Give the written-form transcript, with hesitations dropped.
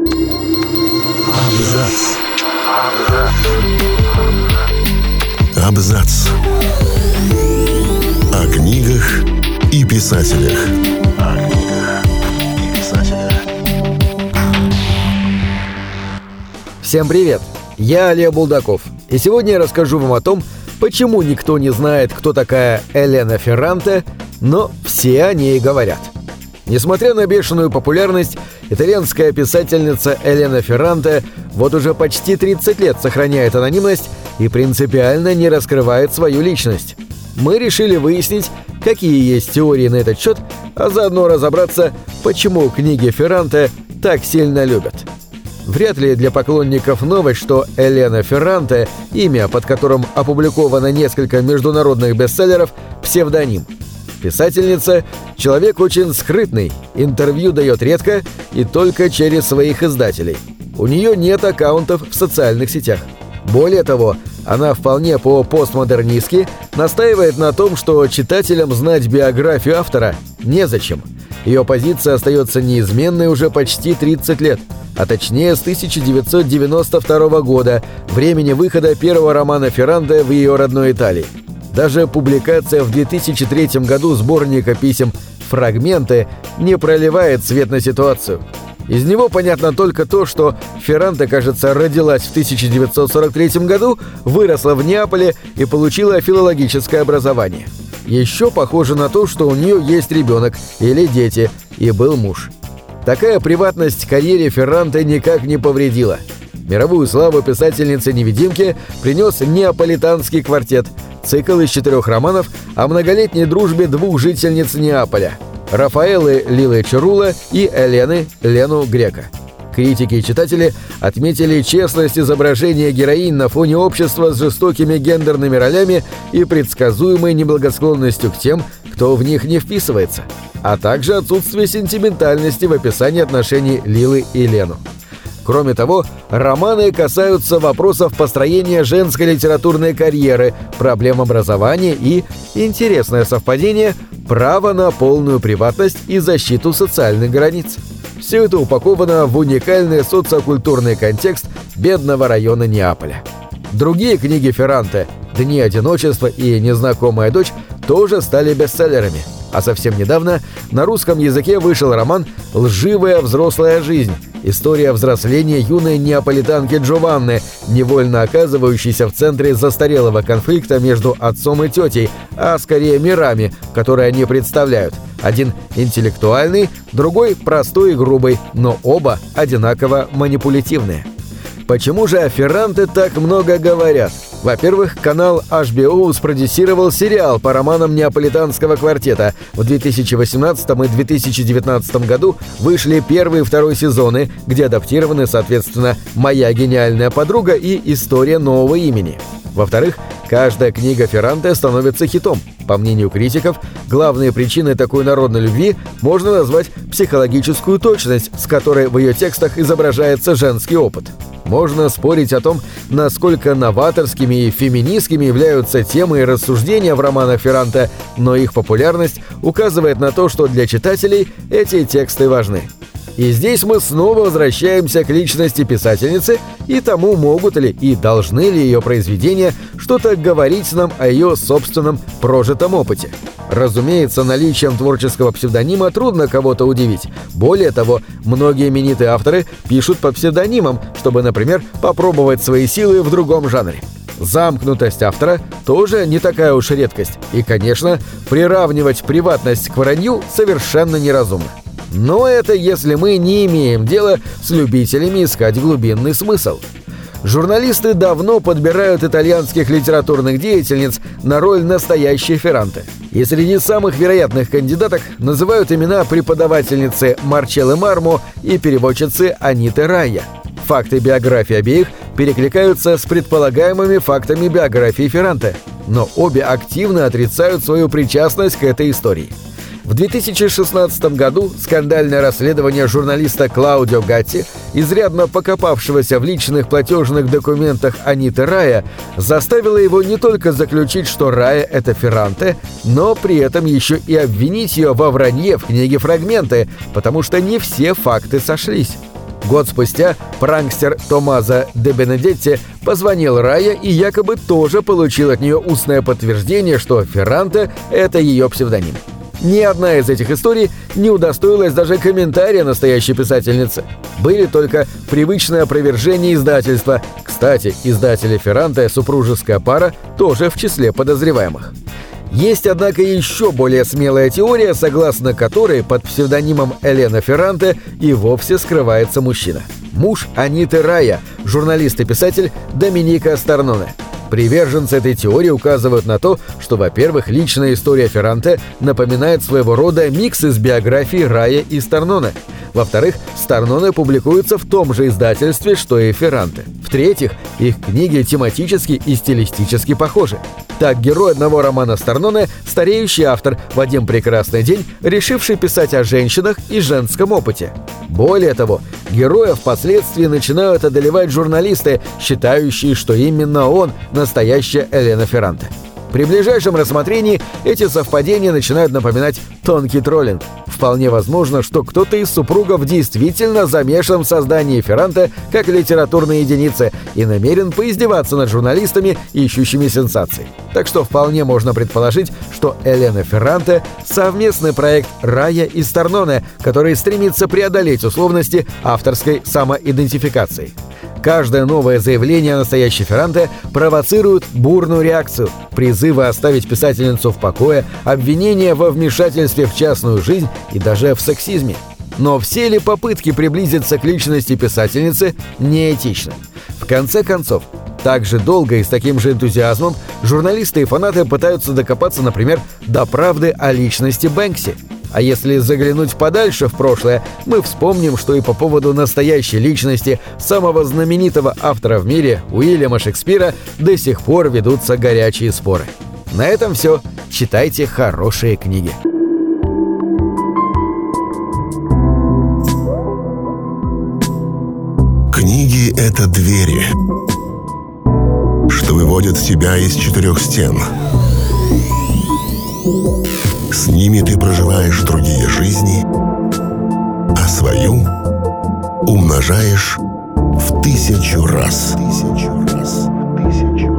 Абзац. Абзац. О книгах и писателях. Всем привет! Я Олег Булдаков, и сегодня я расскажу вам о том, почему никто не знает, кто такая Элена Ферранте, но все о ней говорят. Несмотря на бешеную популярность, итальянская писательница Элена Ферранте вот уже почти 30 лет сохраняет анонимность и принципиально не раскрывает свою личность. Мы решили выяснить, какие есть теории на этот счет, а заодно разобраться, почему книги Ферранте так сильно любят. Вряд ли для поклонников новость, что Элена Ферранте, имя, под которым опубликовано несколько международных бестселлеров, псевдоним. Писательница – человек очень скрытный, интервью дает редко и только через своих издателей. У нее нет аккаунтов в социальных сетях. Более того, она вполне по-постмодернистски настаивает на том, что читателям знать биографию автора незачем. Ее позиция остается неизменной уже почти 30 лет, а точнее с 1992 года, времени выхода первого романа Ферранте в ее родной Италии. Даже публикация в 2003 году сборника писем «Фрагменты» не проливает свет на ситуацию. Из него понятно только то, что Ферранте, кажется, родилась в 1943 году, выросла в Неаполе и получила филологическое образование. Еще похоже на то, что у нее есть ребенок или дети, и был муж. Такая приватность карьере Ферранте никак не повредила. Мировую славу писательницы-невидимки принес «Неаполитанский квартет», цикл из 4 романов о многолетней дружбе двух жительниц Неаполя – Рафаэлы Лилы Чирула и Элены Лену Греко. Критики и читатели отметили честность изображения героинь на фоне общества с жестокими гендерными ролями и предсказуемой неблагосклонностью к тем, кто в них не вписывается, а также отсутствие сентиментальности в описании отношений Лилы и Лену. Кроме того, романы касаются вопросов построения женской литературной карьеры, проблем образования и, интересное совпадение, права на полную приватность и защиту социальных границ. Все это упаковано в уникальный социокультурный контекст бедного района Неаполя. Другие книги Ферранте «Дни одиночества» и «Незнакомая дочь» тоже стали бестселлерами. А совсем недавно на русском языке вышел роман «Лживая взрослая жизнь». История взросления юной неаполитанки Джованны, невольно оказывающейся в центре застарелого конфликта между отцом и тетей, а скорее мирами, которые они представляют. Один интеллектуальный, другой простой и грубый, но оба одинаково манипулятивные. Почему же о Ферранте так много говорят? Во-первых, канал HBO спродюсировал сериал по романам Неаполитанского квартета. В 2018 и 2019 году вышли первый и второй сезоны, где адаптированы, соответственно, «Моя гениальная подруга» и «История нового имени». Во-вторых, каждая книга Ферранте становится хитом. По мнению критиков, главной причиной такой народной любви можно назвать психологическую точность, с которой в ее текстах изображается женский опыт. Можно спорить о том, насколько новаторскими и феминистскими являются темы и рассуждения в романах Ферранте, но их популярность указывает на то, что для читателей эти тексты важны. И здесь мы снова возвращаемся к личности писательницы и тому, могут ли и должны ли ее произведения что-то говорить нам о ее собственном прожитом опыте. Разумеется, наличием творческого псевдонима трудно кого-то удивить. Более того, многие именитые авторы пишут под псевдонимом, чтобы, например, попробовать свои силы в другом жанре. Замкнутость автора тоже не такая уж редкость. И, конечно, приравнивать приватность к вранью совершенно неразумно. Но это если мы не имеем дела с любителями искать глубинный смысл. Журналисты давно подбирают итальянских литературных деятельниц на роль настоящей Ферранте. И среди самых вероятных кандидаток называют имена преподавательницы Марчеллы Мармо и переводчицы Аниты Райя. Факты биографии обеих перекликаются с предполагаемыми фактами биографии Ферранте, но обе активно отрицают свою причастность к этой истории. В 2016 году скандальное расследование журналиста Клаудио Гатти, изрядно покопавшегося в личных платежных документах Аниты Райя, заставило его не только заключить, что Райя — это Ферранте, но при этом еще и обвинить ее во вранье в книге «Фрагменты», потому что не все факты сошлись. Год спустя пранкстер Томмазо де Бенедетти позвонил Райе и якобы тоже получил от нее устное подтверждение, что Ферранте – это ее псевдоним. Ни одна из этих историй не удостоилась даже комментария настоящей писательницы. Были только привычные опровержения издательства. Кстати, издатели Ферранте, супружеская пара, тоже в числе подозреваемых. Есть, однако, еще более смелая теория, согласно которой под псевдонимом Елена Ферранте и вовсе скрывается мужчина. Муж Аниты Рая, журналист и писатель Доминика Старноне. Приверженцы этой теории указывают на то, что, во-первых, личная история Ферранте напоминает своего рода микс из биографий Рая и Старноне. Во-вторых, Старноне публикуется в том же издательстве, что и Ферранте. В-третьих, их книги тематически и стилистически похожи. Так, герой одного романа Старноне – стареющий автор, в один прекрасный день решивший писать о женщинах и женском опыте. Более того, героя впоследствии начинают одолевать журналисты, считающие, что именно он – настоящая Елена Ферранте. При ближайшем рассмотрении эти совпадения начинают напоминать тонкий троллинг. Вполне возможно, что кто-то из супругов действительно замешан в создании Ферранте как литературной единицы и намерен поиздеваться над журналистами, ищущими сенсаций. Так что вполне можно предположить, что Елена Ферранте – совместный проект Рая и Старноне, который стремится преодолеть условности авторской самоидентификации. Каждое новое заявление о настоящей Ферранте провоцирует бурную реакцию, призывы оставить писательницу в покое, обвинения во вмешательстве в частную жизнь и даже в сексизме. Но все ли попытки приблизиться к личности писательницы неэтичны? В конце концов, так же долго и с таким же энтузиазмом журналисты и фанаты пытаются докопаться, например, до правды о личности Бэнкси. А если заглянуть подальше в прошлое, мы вспомним, что и по поводу настоящей личности самого знаменитого автора в мире, Уильяма Шекспира, до сих пор ведутся горячие споры. На этом все. Читайте хорошие книги. Книги — это двери, что выводят тебя из четырех стен. С ними ты проживаешь другие жизни, а свою умножаешь в 1000 раз. 1000 раз. 1000.